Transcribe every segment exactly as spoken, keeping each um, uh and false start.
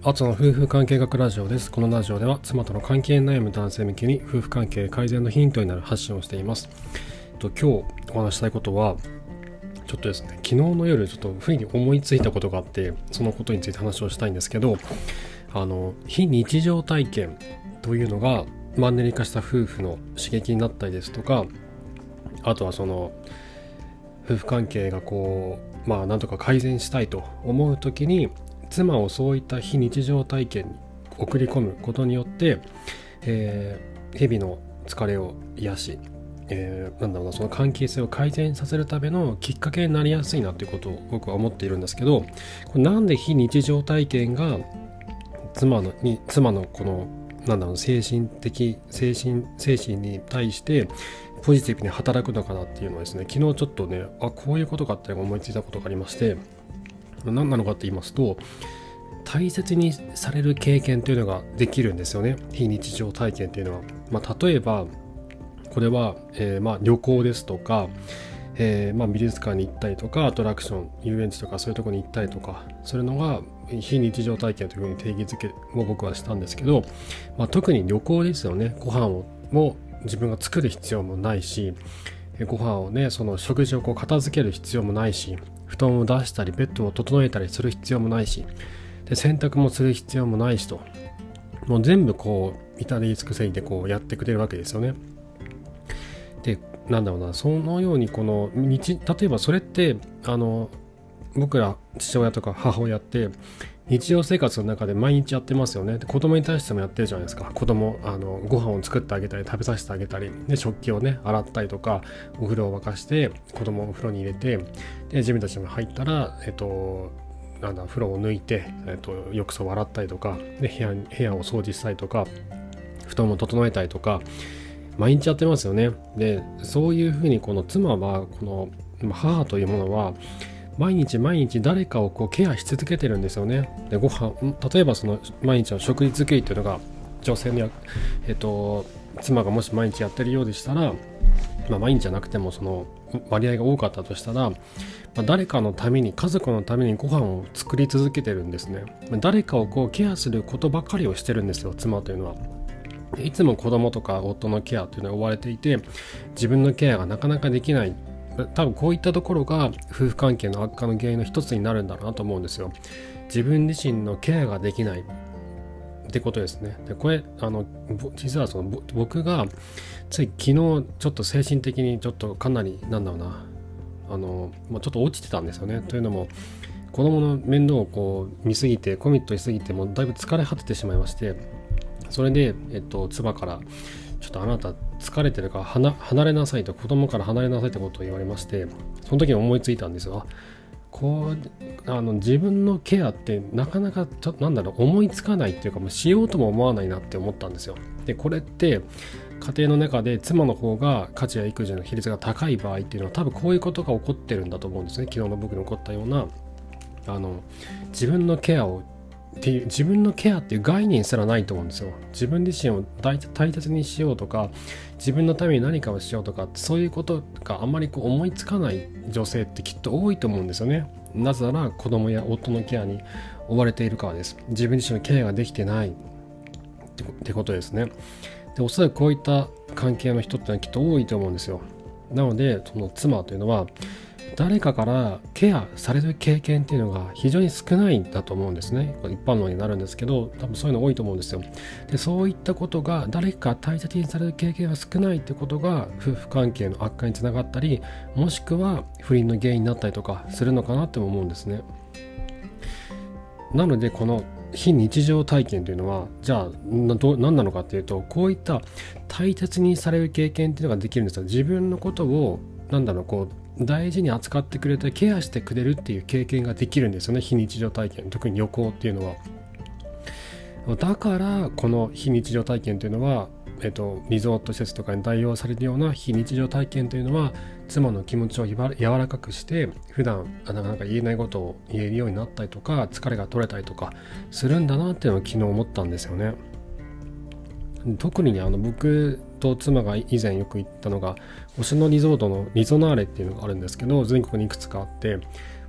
アツの夫婦関係学ラジオです。このラジオでは妻との関係に悩む男性向けに夫婦関係改善のヒントになる発信をしています。と今日お話したいことはちょっとですね、昨日の夜ちょっと不意に思いついたことがあって、そのことについて話をしたいんですけど、あの非日常体験というのがマンネリ化した夫婦の刺激になったりですとか、あとはその夫婦関係がこうまあなんとか改善したいと思うときに妻をそういった非日常体験に送り込むことによって、えー、日々の疲れを癒し、えー、なんだろうなその関係性を改善させるためのきっかけになりやすいなということを僕は思っているんですけど、これなんで非日常体験が妻のに妻のこのなんだろう精神的精神精神に対してポジティブに働くのかなっていうのはですね、昨日ちょっとねあこういうことかって思いついたことがありまして、何なのかって言いますと、大切にされる経験というのができるんですよね、非日常体験というのは。まあ、例えばこれは、えー、まあ旅行ですとか、えーまあ、美術館に行ったりとかアトラクション遊園地とかそういうところに行ったりとかするのが非日常体験というふうに定義づけを僕はしたんですけど、まあ、特に旅行ですよね。ご飯をも自分が作る必要もないし、ご飯をねその食事をこう片付ける必要もないし、布団を出したりベッドを整えたりする必要もないし、で洗濯もする必要もないしと、もう全部こう至れり尽くせりでこうやってくれるわけですよね。でなんだろうなそのようにこの日例えばそれってあの僕ら父親とか母親って日常生活の中で毎日やってますよね。で子供に対してもやってるじゃないですか。子供あのご飯を作ってあげたり食べさせてあげたりで食器をね洗ったりとかお風呂を沸かして子供をお風呂に入れて、で自分たちも入ったらえっとなんだ風呂を抜いて、えっと、浴槽を洗ったりとかで部屋部屋を掃除したりとか布団を整えたりとか毎日やってますよね。でそういうふうにこの妻はこの母というものは毎日毎日誰かをこうケアし続けてるんですよね。でご飯例えばその毎日の食事作りというのが女性の、えっと、妻がもし毎日やってるようでしたら、まあ、毎日じゃなくてもその割合が多かったとしたら、まあ、誰かのために家族のためにご飯を作り続けてるんですね。誰かをこうケアすることばかりをしてるんですよ、妻というのは。いつも子供とか夫のケアというのは追われていて、自分のケアがなかなかできない。多分こういったところが夫婦関係の悪化の原因の一つになるんだろうなと思うんですよ。自分自身のケアができないってことですね。でこれあの実はその僕がつい昨日ちょっと精神的にちょっとかなりなんだろうなあのちょっと落ちてたんですよね。というのも子供の面倒をこう見すぎてコミットしすぎてもうだいぶ疲れ果ててしまいまして、それで、えっと、妻からちょっとあなた疲れてるから離離れなさいと、子供から離れなさいってことを言われまして、その時に思いついたんですよ。こうあの自分のケアってなかなかちょなんだろう思いつかないっていうかもうしようとも思わないなって思ったんですよ。でこれって家庭の中で妻の方が家事や育児の比率が高い場合っていうのは多分こういうことが起こってるんだと思うんですね。昨日の僕に起こったようなあの自分のケアをっていう自分のケアっていう概念すらないと思うんですよ。自分自身を大切にしようとか自分のために何かをしようとかそういうことがあんまりこう思いつかない女性ってきっと多いと思うんですよね。なぜなら子供や夫のケアに追われているからです。自分自身のケアができてないってことですね。でおそらくこういった関係の人ってのはきっと多いと思うんですよ。なのでその妻というのは誰かからケアされる経験っていうのが非常に少ないんだと思うんですね。一般論になるんですけど多分そういうの多いと思うんですよ。でそういったことが誰か大切にされる経験が少ないってことが夫婦関係の悪化につながったり、もしくは不倫の原因になったりとかするのかなって思うんですね。なのでこの非日常体験というのはじゃあ何なのかっていうと、こういった大切にされる経験っていうのができるんですよ。自分のことをなんだろうこう大事に扱ってくれてケアしてくれるっていう経験ができるんですよね、非日常体験。特に旅行っていうのは。だからこの非日常体験というのは、えっと、リゾート施設とかに代用されるような非日常体験というのは妻の気持ちを柔らかくして普段なかなか言えないことを言えるようになったりとか疲れが取れたりとかするんだなっていうのを昨日思ったんですよね。特にねあの僕と妻が以前よく行ったのが星野リゾートのリゾナーレっていうのがあるんですけど、全国にいくつかあって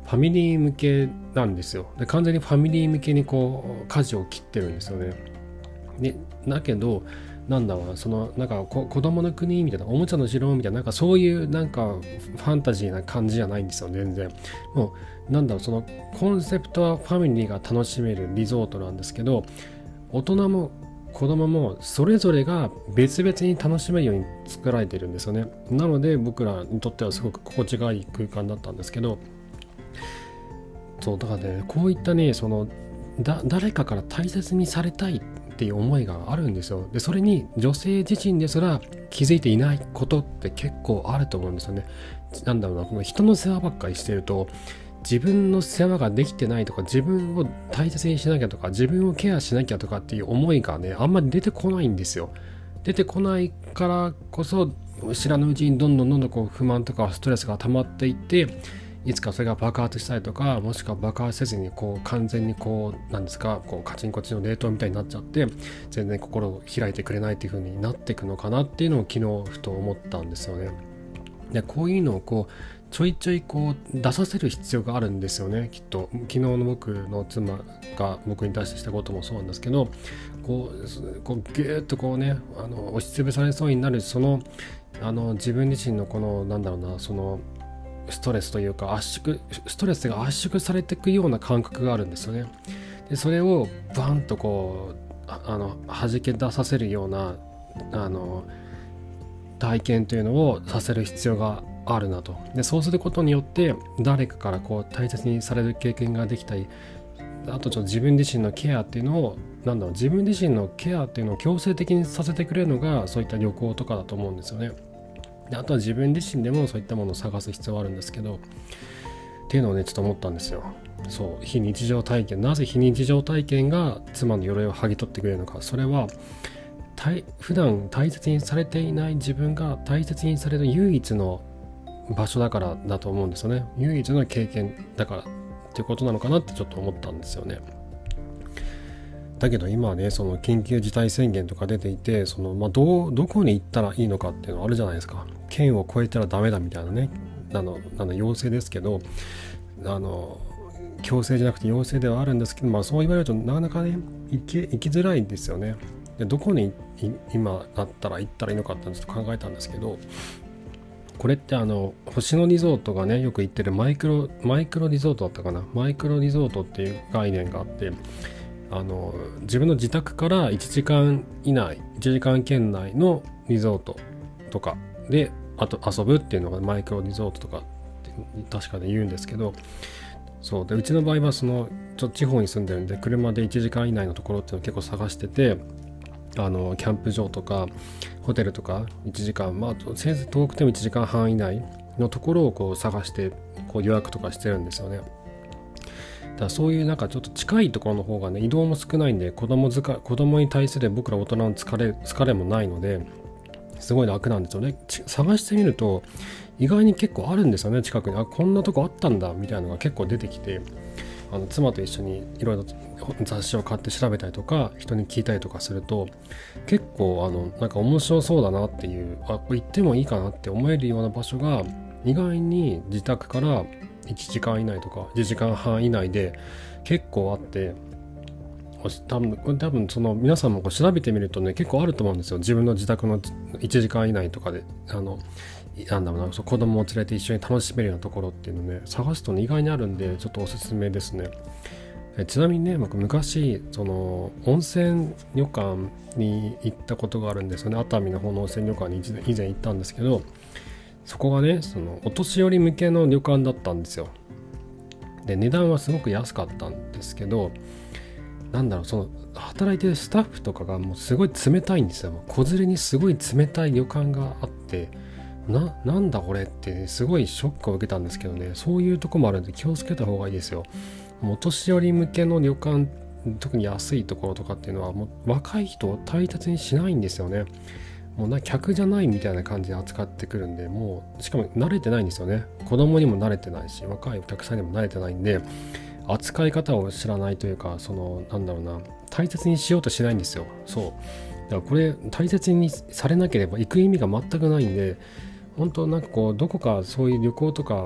ファミリー向けなんですよ。で完全にファミリー向けにこう舵を切ってるんですよね。でだけどなんだろうな、そのなんかこ子供の国みたいな、おもちゃの城みたいな、なんかそういうなんかファンタジーな感じじゃないんですよ、全然。もうなんだろう、そのコンセプトはファミリーが楽しめるリゾートなんですけど、大人も子供もそれぞれが別々に楽しめるように作られてるんですよね。なので僕らにとってはすごく心地がいい空間だったんですけど、そうだからね、こういったね、そのだ誰かから大切にされたいっていう思いがあるんですよ。でそれに女性自身ですら気づいていないことって結構あると思うんですよね。なんだろうな、この人の世話ばっかりしてると、自分の世話ができてないとか、自分を大切にしなきゃとか、自分をケアしなきゃとかっていう思いがね、あんまり出てこないんですよ。出てこないからこそ、知らぬうちにどんどんどんどんこう不満とかストレスが溜まっていって、いつかそれが爆発したりとか、もしくは爆発せずにこう完全にこうなんですか、こうカチンコチンの冷凍みたいになっちゃって、全然心を開いてくれないっていう風になっていくのかなっていうのを昨日ふと思ったんですよね。でこういうのをこうちょいちょいこう出させる必要があるんですよね、きっと。昨日の僕の妻が僕に対してしたこともそうなんですけど、こうこうギューッとこうね、あの押しつぶされそうになる、そのあの自分自身のこのなんだろうな、そのストレスというか圧縮ストレスが圧縮されていくような感覚があるんですよね。でそれをバンとこうああの弾け出させるようなあの体験というのをさせる必要があるなと。でそうすることによって誰かからこう大切にされる経験ができたり、あとちょっと自分自身のケアっていうのをなんだろう自分自身のケアっていうのを強制的にさせてくれるのがそういった旅行とかだと思うんですよね。であとは自分自身でもそういったものを探す必要はあるんですけど、っていうのをねちょっと思ったんですよ。そう非日常体験、なぜ非日常体験が妻の鎧を剥ぎ取ってくれるのか。それは普段大切にされていない自分が大切にされる唯一の場所だからだと思うんですよね。唯一の経験だからっていうことなのかなってちょっと思ったんですよね。だけど今はね、その緊急事態宣言とか出ていて、その、まあ、ど, どこに行ったらいいのかっていうのあるじゃないですか。県を越えたらダメだみたいなね、あのあの要請ですけど、あの強制じゃなくて要請ではあるんですけど、まあ、そう言われるとなかなかね行き、行きづらいんですよね。でどこに今だったら行ったらいいのかってちょっと考えたんですけど、これってあの星野リゾートがねよく言ってるマイクロマイクロリゾートだったかな、マイクロリゾートっていう概念があって、あの自分の自宅からいちじかん以内いちじかん圏内のリゾートとかであと遊ぶっていうのがマイクロリゾートとかって確かで言うんですけど、そうでうちの場合はそのちょっと地方に住んでるんで、車でいちじかん以内のところっていうのを結構探してて、あのキャンプ場とかホテルとかいちじかん、まあせいぜい遠くてもいちじかんはん以内のところをこう探してこう予約とかしてるんですよね。だからそういうなんかちょっと近いところの方がね移動も少ないんで、子供づか子供に対する僕ら大人の疲れ疲れもないのですごい楽なんですよね。探してみると意外に結構あるんですよね、近くに。あ、こんなとこあったんだみたいなのが結構出てきて、あの妻と一緒にいろいろ雑誌を買って調べたりとか人に聞いたりとかすると、結構あのなんか面白そうだなっていう、あ、これ行ってもいいかなって思えるような場所が意外に自宅からいちじかん以内とかいちじかんはん以内で結構あって、多分多分その皆さんもこう調べてみるとね結構あると思うんですよ。自分の自宅のいちじかん以内とかであのなんだろうな、そう子供を連れて一緒に楽しめるようなところっていうのね探すとね意外にあるんで、ちょっとおすすめですね。えちなみにね、僕昔その温泉旅館に行ったことがあるんですよね。熱海の方の温泉旅館に以前行ったんですけど、そこがねそのお年寄り向けの旅館だったんですよ。で値段はすごく安かったんですけど、なんだろう、その働いてるスタッフとかがもうすごい冷たいんですよ。子連れにすごい冷たい旅館があって、な, なんだこれって、ね、すごいショックを受けたんですけどね、そういうとこもあるんで気をつけた方がいいですよ。もうお年寄り向けの旅館、特に安いところとかっていうのはもう若い人を大切にしないんですよね。もうな客じゃないみたいな感じで扱ってくるんで、もうしかも慣れてないんですよね。子供にも慣れてないし、若いお客さんにも慣れてないんで、扱い方を知らないというか、そのなんだろうな、大切にしようとしないんですよ。そうだからこれ大切にされなければ行く意味が全くないんで、本当なんかこうどこかそういう旅行とか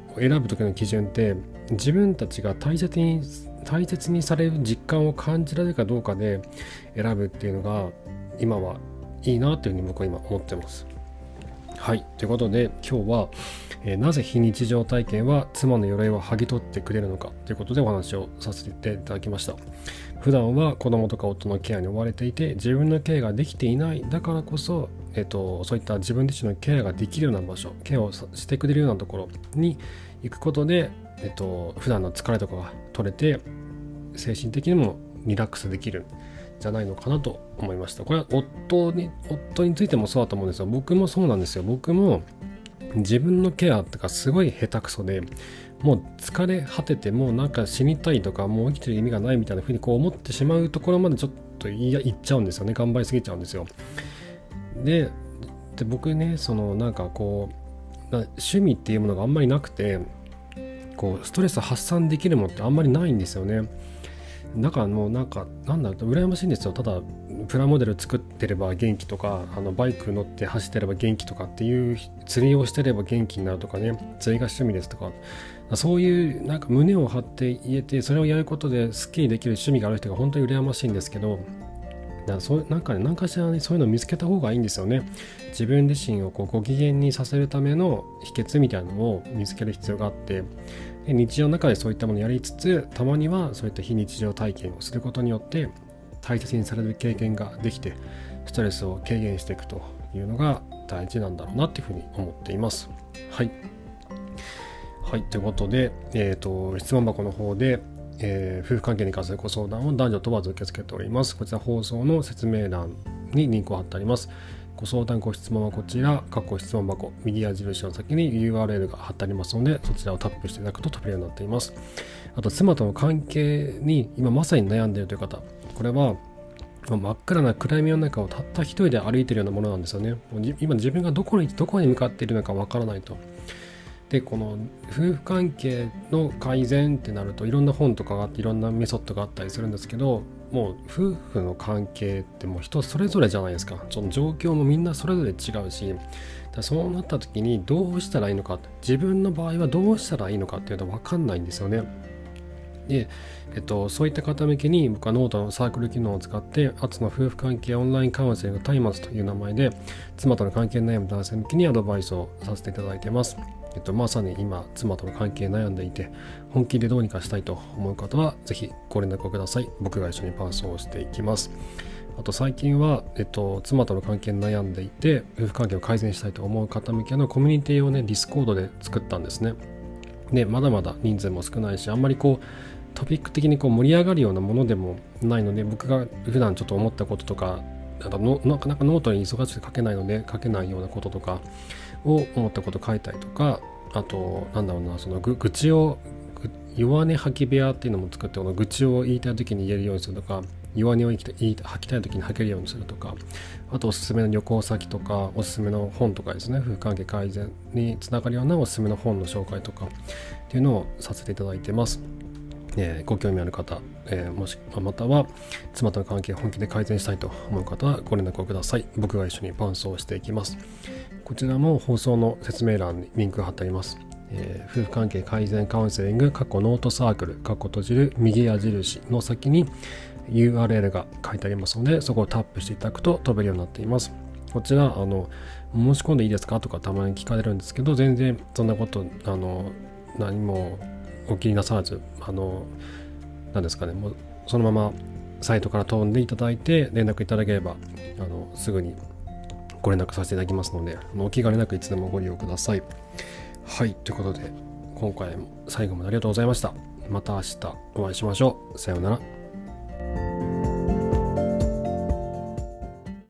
選ぶ時の基準って自分たちが大切に大切にされる実感を感じられるかどうかで選ぶっていうのが今はいいなというふうに僕は今思ってます。はい、ということで今日は、えー、なぜ非日常体験は妻の鎧を剥ぎ取ってくれるのかということでお話をさせていただきました。普段は子供とか夫のケアに追われていて自分のケアができていない、だからこそ、えーと、そういった自分自身のケアができるような場所、ケアをしてくれるようなところに行くことで、えーと、普段の疲れとかが取れて精神的にもリラックスできるじゃないのかなと思いました。これは夫に夫についてもそうだと思うんですよ。僕もそうなんですよ。僕も自分のケアとかすごい下手くそで、もう疲れ果ててもうなんか死にたいとかもう生きてる意味がないみたいな風にこう思ってしまうところまでちょっといや言っちゃうんですよね。頑張りすぎちゃうんですよ。で、で僕ね、そのなんかこう趣味っていうものがあんまりなくて、こうストレス発散できるものってあんまりないんですよね。だからもうなんかなんだろう、羨ましいんですよ。ただプラモデル作ってれば元気とか、あのバイク乗って走ってれば元気とかっていう、釣りをしてれば元気になるとかね、釣りが趣味ですとか、そういうなんか胸を張って言えて、それをやることですっきりできる趣味がある人が本当に羨ましいんですけど、だからそうなんかね、何かしらね、そういうのを見つけた方がいいんですよね。自分自身をこうご機嫌にさせるための秘訣みたいなのを見つける必要があって、で日常の中でそういったものをやりつつ、たまにはそういった非日常体験をすることによって大切にされる経験ができて、ストレスを軽減していくというのが大事なんだろうなっていうふうに思っています。はいはい、ということで、えーと、質問箱の方で、えー、夫婦関係に関するご相談を男女問わず受け付けております。こちら放送の説明欄にリンクを貼ってあります。ご相談ご質問はこちら、括弧質問箱、右矢印の先に ユーアールエル が貼ってありますので、そちらをタップしていただくと飛べるようになっています。あと、妻との関係に今まさに悩んでいるという方、これは真っ暗な暗闇の中をたった一人で歩いているようなものなんですよね。今自分がどこにどこに向かっているのかわからないと。で、この夫婦関係の改善ってなるといろんな本とかがあっていろんなメソッドがあったりするんですけど、もう夫婦の関係ってもう人それぞれじゃないですか。その状況もみんなそれぞれ違うし、だそうなった時にどうしたらいいのか、自分の場合はどうしたらいいのかっていうのは分かんないんですよね。で、えっと、そういった方向けに僕はノートのサークル機能を使ってアツの夫婦関係オンラインカウンセリング松明という名前で妻との関係に悩む男性向けにアドバイスをさせていただいています。えっと、まさに今妻との関係に悩んでいて本気でどうにかしたいと思う方はぜひご連絡をください。僕が一緒に伴走をしていきます。あと最近は、えっと、妻との関係に悩んでいて夫婦関係を改善したいと思う方向けのコミュニティをねディスコードで作ったんですね。でまだまだ人数も少ないし、あんまりこうトピック的にこう盛り上がるようなものでもないので、僕が普段ちょっと思ったこととか、なんかのなかなかノートに忙しく書けないので書けないようなこととかを思ったこと書いたりとか、あとなんだろうな、そのぐ愚痴を弱音吐き部屋っていうのも作って、この愚痴を言いたい時に言えるようにするとか、弱音を吐きたい時に吐けるようにするとか、あとおすすめの旅行先とかおすすめの本とかですね、夫婦関係改善につながるようなおすすめの本の紹介とかっていうのをさせていただいてます。えー、ご興味ある方、えー、もしまたは妻との関係を本気で改善したいと思う方はご連絡をください。僕が一緒に伴走していきます。こちらも放送の説明欄にリンクが貼ってあります。えー、夫婦関係改善カウンセリング過去ノートサークル過去閉じる右矢印の先に ユーアールエル が書いてありますので、そこをタップしていただくと飛べるようになっています。こちらあの申し込んでいいですかとかたまに聞かれるんですけど、全然そんなことあの何もお気になさらず、あの何ですかね、もうそのままサイトから飛んでいただいて連絡いただければあのすぐにご連絡させていただきますので、お気兼ねなくいつでもご利用ください。はい、ということで今回も最後までありがとうございました。また明日お会いしましょう。さようなら。